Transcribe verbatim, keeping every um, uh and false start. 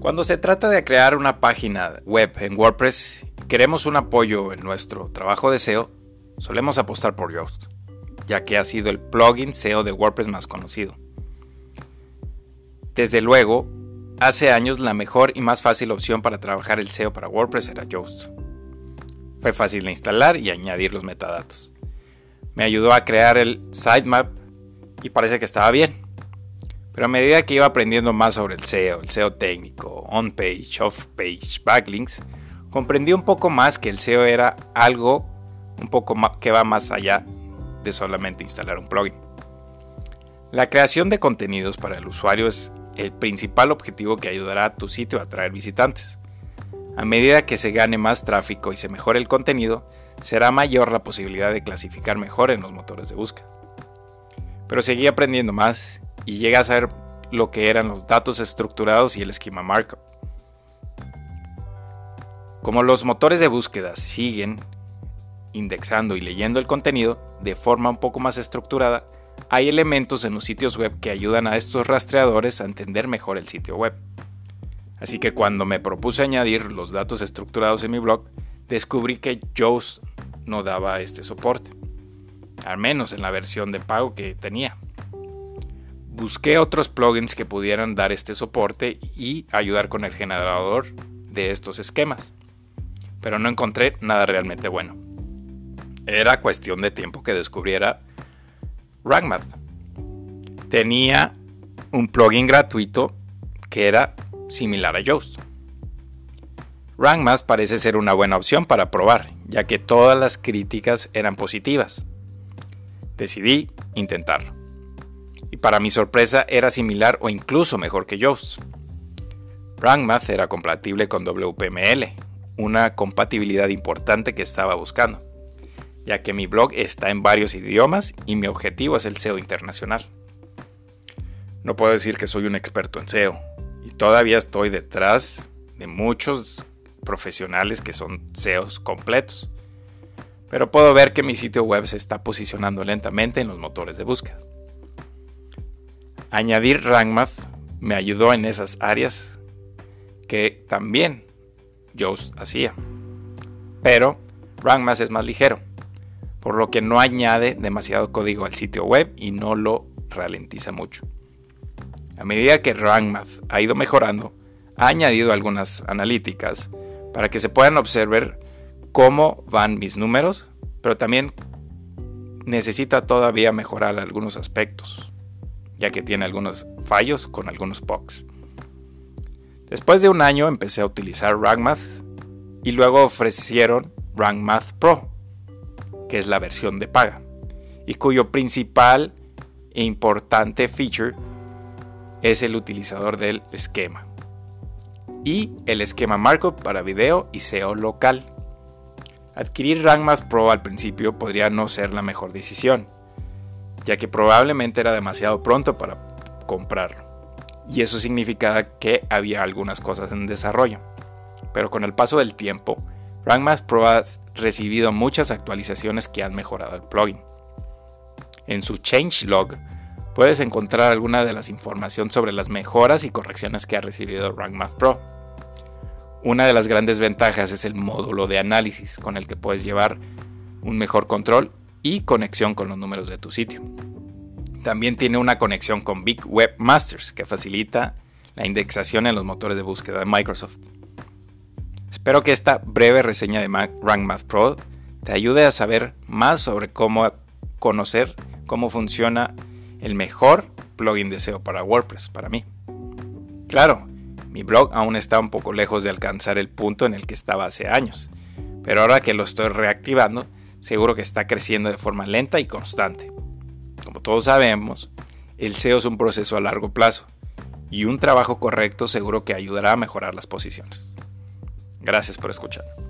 Cuando se trata de crear una página web en WordPress y queremos un apoyo en nuestro trabajo de S E O, solemos apostar por Yoast, ya que ha sido el plugin S E O de WordPress más conocido. Desde luego, hace años la mejor y más fácil opción para trabajar el S E O para WordPress era Yoast. Fue fácil de instalar y añadir los metadatos. Me ayudó a crear el sitemap y parece que estaba bien. Pero a medida que iba aprendiendo más sobre el S E O, el S E O técnico, on-page, off-page, backlinks, comprendí un poco más que el S E O era algo un poco más, que va más allá de solamente instalar un plugin. La creación de contenidos para el usuario es el principal objetivo que ayudará a tu sitio a atraer visitantes. A medida que se gane más tráfico y se mejore el contenido, será mayor la posibilidad de clasificar mejor en los motores de búsqueda. Pero seguí aprendiendo más y llegué a saber lo que eran los datos estructurados y el esquema markup. Como los motores de búsqueda siguen indexando y leyendo el contenido de forma un poco más estructurada, hay elementos en los sitios web que ayudan a estos rastreadores a entender mejor el sitio web. Así que cuando me propuse añadir los datos estructurados en mi blog, descubrí que Yoast no daba este soporte, al menos en la versión de pago que tenía. Busqué otros plugins que pudieran dar este soporte y ayudar con el generador de estos esquemas, pero no encontré nada realmente bueno. Era cuestión de tiempo que descubriera Rank Math. Tenía un plugin gratuito que era similar a Yoast. Rank Math parece ser una buena opción para probar, ya que todas las críticas eran positivas. Decidí intentarlo. Y para mi sorpresa era similar o incluso mejor que Yoast. Rank Math era compatible con W P M L, una compatibilidad importante que estaba buscando, ya que mi blog está en varios idiomas y mi objetivo es el S E O internacional. No puedo decir que soy un experto en S E O, y todavía estoy detrás de muchos profesionales que son S E Os completos, pero puedo ver que mi sitio web se está posicionando lentamente en los motores de búsqueda. Añadir Rank Math me ayudó en esas áreas que también Yoast hacía, pero Rank Math es más ligero, por lo que no añade demasiado código al sitio web y no lo ralentiza mucho. A medida que Rank Math ha ido mejorando, ha añadido algunas analíticas para que se puedan observar cómo van mis números, pero también necesita todavía mejorar algunos aspectos, ya que tiene algunos fallos con algunos bugs. Después de un año empecé a utilizar Rank Math y luego ofrecieron Rank Math Pro, que es la versión de paga, y cuyo principal e importante feature es el utilizador del esquema y el esquema markup para video y S E O local. Adquirir Rank Math Pro al principio podría no ser la mejor decisión, ya que probablemente era demasiado pronto para comprarlo, y eso significaba que había algunas cosas en desarrollo. Pero con el paso del tiempo, Rank Math Pro ha recibido muchas actualizaciones que han mejorado el plugin. En su changelog puedes encontrar alguna de las informaciones sobre las mejoras y correcciones que ha recibido Rank Math Pro. Una de las grandes ventajas es el módulo de análisis, con el que puedes llevar un mejor control y conexión con los números de tu sitio. También tiene una conexión con Big Webmasters que facilita la indexación en los motores de búsqueda de Microsoft. Espero que esta breve reseña de Rank Math Pro te ayude a saber más sobre cómo conocer cómo funciona el mejor plugin de S E O para WordPress para mí. Claro, mi blog aún está un poco lejos de alcanzar el punto en el que estaba hace años, pero ahora que lo estoy reactivando, seguro que está creciendo de forma lenta y constante. Como todos sabemos, el S E O es un proceso a largo plazo y un trabajo correcto seguro que ayudará a mejorar las posiciones. Gracias por escuchar.